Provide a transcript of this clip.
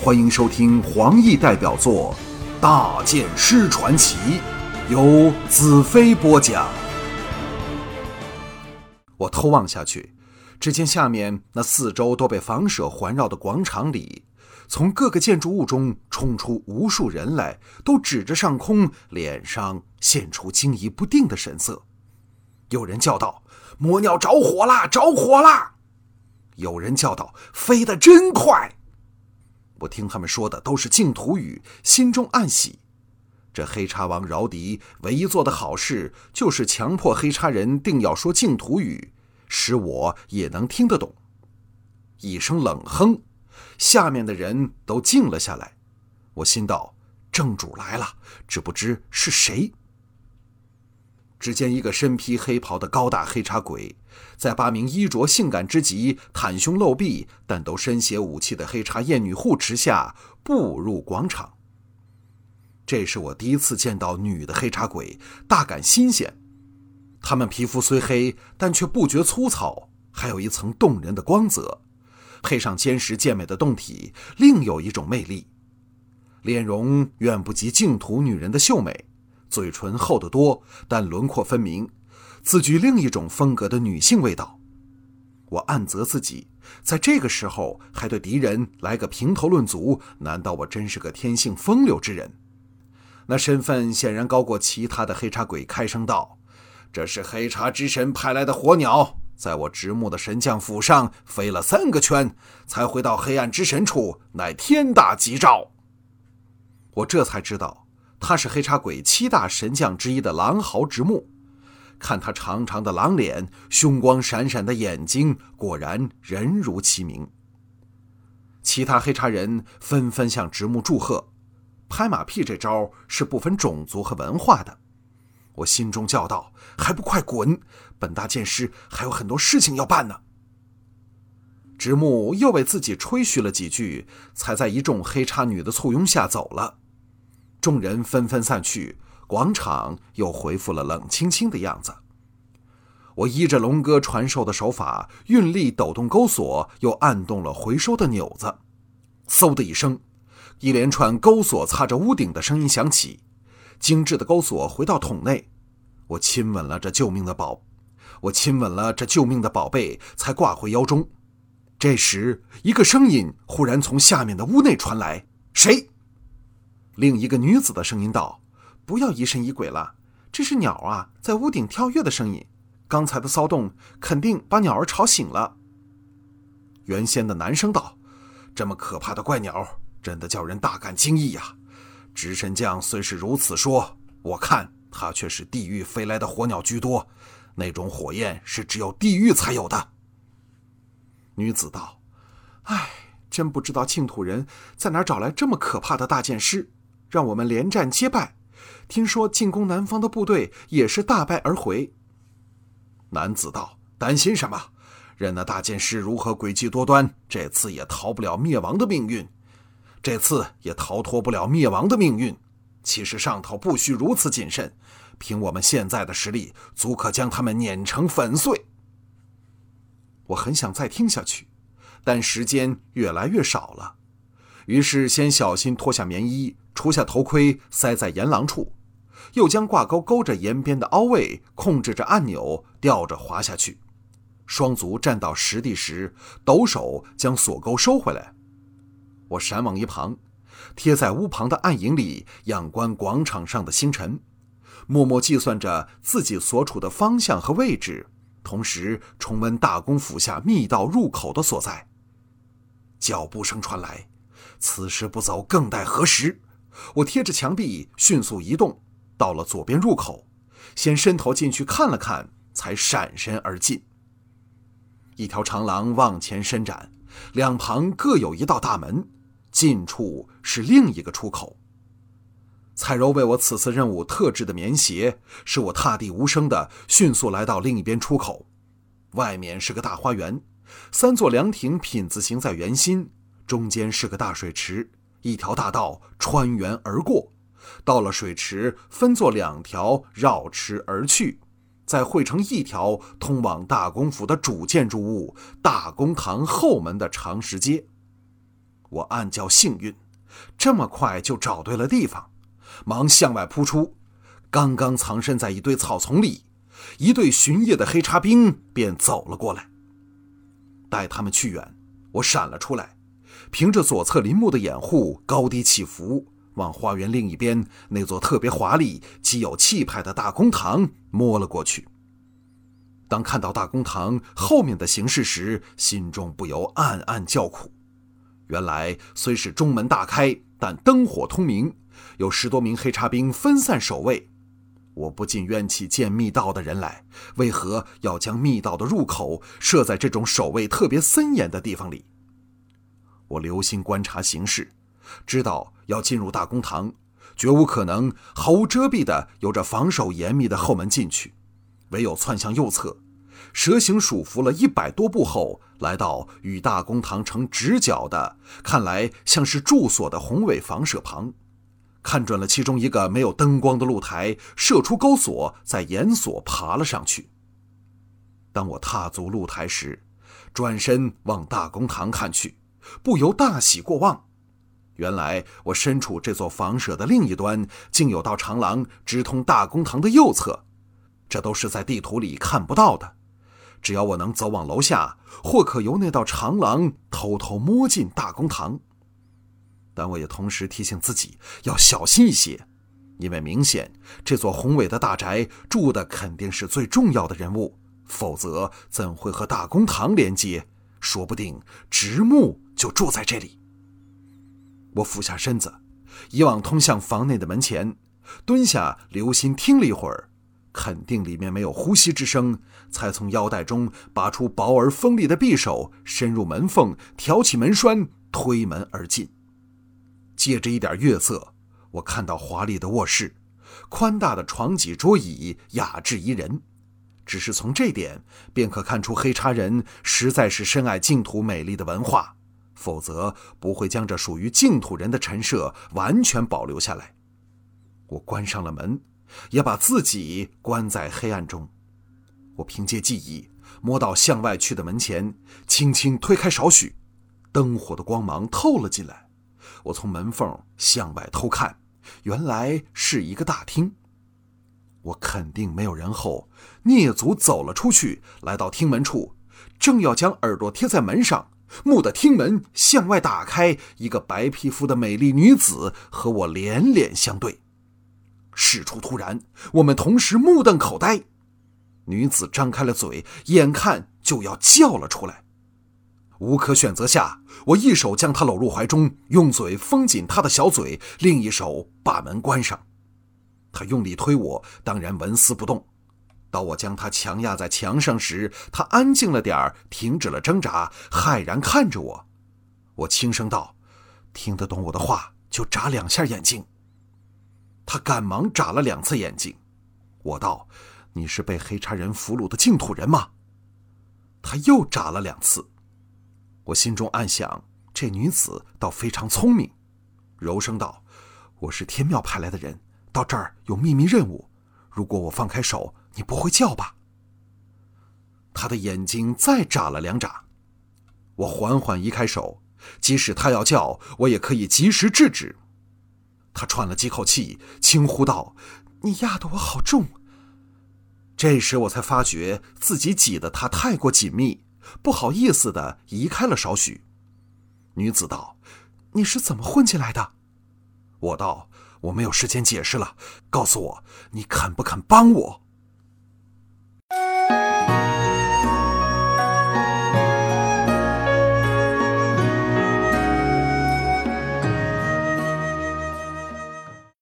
欢迎收听黄奕代表作《大剑师传奇》，由子飞播讲。我偷望下去，只见下面那四周都被房舍环绕的广场里，从各个建筑物中冲出无数人来，都指着上空，脸上现出惊疑不定的神色。有人叫道：“魔鸟着火啦，着火啦！”有人叫道：“飞得真快！”我听他们说的都是净土语，心中暗喜。这黑叉王饶迪唯一做的好事，就是强迫黑叉人定要说净土语，使我也能听得懂。一声冷哼，下面的人都静了下来。我心道：正主来了，只不知是谁。只见一个身披黑袍的高大黑叉鬼，在8名衣着性感之极、袒胸露臂但都身携武器的黑叉艳女护持下步入广场。这是我第一次见到女的黑叉鬼，大感新鲜。她们皮肤虽黑，但却不觉粗糙，还有一层动人的光泽，配上坚实健美的胴体，另有一种魅力。脸容远不及净土女人的秀美，嘴唇厚得多，但轮廓分明，自具另一种风格的女性味道。我暗责自己，在这个时候还对敌人来个评头论足，难道我真是个天性风流之人？那身份显然高过其他的黑叉鬼，开声道：“这是黑叉之神派来的火鸟，在我直木的神将府上飞了3个圈，才回到黑暗之神处，乃天大吉兆。”我这才知道他是黑叉鬼7大神将之一的狼嚎直木。看他长长的狼脸，凶光闪闪的眼睛，果然人如其名。其他黑叉人纷纷向直木祝贺。拍马屁这招是不分种族和文化的。我心中叫道：还不快滚，本大剑师还有很多事情要办呢。直木又为自己吹嘘了几句，才在一众黑叉女的簇拥下走了。众人纷纷散去，广场又恢复了冷清清的样子。我依着龙哥传授的手法，运力抖动钩索，又按动了回收的钮子。嗖的一声，一连串钩索擦着屋顶的声音响起，精致的钩索回到桶内。我亲吻了这救命的宝贝，才挂回腰中。这时，一个声音忽然从下面的屋内传来：“谁？”另一个女子的声音道：“不要疑神疑鬼了，这是鸟啊，在屋顶跳跃的声音。刚才的骚动肯定把鸟儿吵醒了。”原先的男生道：“这么可怕的怪鸟，真的叫人大感惊异呀！直神将虽是如此说，我看他却是地狱飞来的火鸟居多，那种火焰是只有地狱才有的。”女子道：“哎，真不知道净土人在哪儿找来这么可怕的大剑师，让我们连战皆败。听说进攻南方的部队也是大败而回。”男子道：“担心什么？任那大剑师如何诡计多端，这次也逃脱不了灭亡的命运。其实上头不需如此谨慎，凭我们现在的实力，足可将他们碾成粉碎。”我很想再听下去，但时间越来越少了，于是先小心脱下棉衣，除下头盔，塞在沿廊处，又将挂钩勾着沿边的凹位，控制着按钮，吊着滑下去。双足站到实地时，抖手将锁钩收回来。我闪往一旁，贴在屋旁的暗影里，仰观广场上的星辰，默默计算着自己所处的方向和位置，同时重温大公府下密道入口的所在。脚步声传来，此时不走更待何时？我贴着墙壁迅速移动，到了左边入口，先伸头进去看了看，才闪身而进。一条长廊往前伸展，两旁各有一道大门，近处是另一个出口。彩柔为我此次任务特制的棉鞋，使我踏地无声地迅速来到另一边出口。外面是个大花园，3座凉亭品字形在园心，中间是个大水池，一条大道穿园而过，到了水池分作2条绕池而去，再汇成一条通往大公府的主建筑物大公堂后门的长石阶。 我暗叫幸运，这么快就找对了地方，忙向外扑出，刚刚藏身在一堆草丛里，一队巡夜的黑叉兵便走了过来。待他们去远，我闪了出来，凭着左侧林木的掩护，高低起伏，往花园另一边那座特别华丽、极有气派的大公堂摸了过去。当看到大公堂后面的形势时，心中不由暗暗叫苦。原来虽是中门大开，但灯火通明，有10多名黑叉兵分散守卫。我不禁怨气见密道的人来，为何要将密道的入口设在这种守卫特别森严的地方里？我留心观察形势，知道要进入大公堂，绝无可能毫无遮蔽地由着防守严密的后门进去，唯有窜向右侧，蛇形鼠伏了100多步后，来到与大公堂成直角的，看来像是住所的宏伟房舍旁，看准了其中一个没有灯光的露台，射出钩索，再沿索爬了上去。当我踏足露台时，转身往大公堂看去，不由大喜过望。原来我身处这座房舍的另一端，竟有道长廊直通大公堂的右侧，这都是在地图里看不到的。只要我能走往楼下，或可由那道长廊偷偷摸进大公堂。但我也同时提醒自己要小心一些，因为明显这座宏伟的大宅住的肯定是最重要的人物，否则怎会和大公堂连接？说不定直木就住在这里。我俯下身子，移往通向房内的门前，蹲下留心听了一会儿，肯定里面没有呼吸之声，才从腰带中拔出薄而锋利的匕首，深入门缝，挑起门栓，推门而进。借着一点月色，我看到华丽的卧室，宽大的床几桌椅，雅致宜人。只是从这点便可看出黑叉人实在是深爱净土美丽的文化，否则不会将这属于净土人的陈设完全保留下来。我关上了门，也把自己关在黑暗中。我凭借记忆摸到向外去的门前，轻轻推开少许，灯火的光芒透了进来。我从门缝向外偷看，原来是一个大厅。我肯定没有人后，蹑足走了出去，来到厅门处，正要将耳朵贴在门上，蓦地厅门向外打开，一个白皮肤的美丽女子和我脸脸相对。事出突然，我们同时目瞪口呆。女子张开了嘴，眼看就要叫了出来。无可选择下，我一手将她搂入怀中，用嘴封紧她的小嘴，另一手把门关上。她用力推我，当然纹丝不动。到我将她强压在墙上时，她安静了点儿，停止了挣扎，骇然看着我。我轻声道：“听得懂我的话就眨2下眼睛。”她赶忙眨了2次眼睛。我道：“你是被黑叉人俘虏的净土人吗？”她又眨了2次。我心中暗想，这女子倒非常聪明，柔声道：“我是天庙派来的人，到这儿有秘密任务，如果我放开手，你不会叫吧？”她的眼睛再眨了2眨。我缓缓移开手，即使她要叫，我也可以及时制止。她喘了几口气，轻呼道：“你压得我好重。”这时我才发觉自己挤得她太过紧密，不好意思地移开了少许。女子道：“你是怎么混进来的？”我道：“我没有时间解释了，告诉我，你肯不肯帮我？”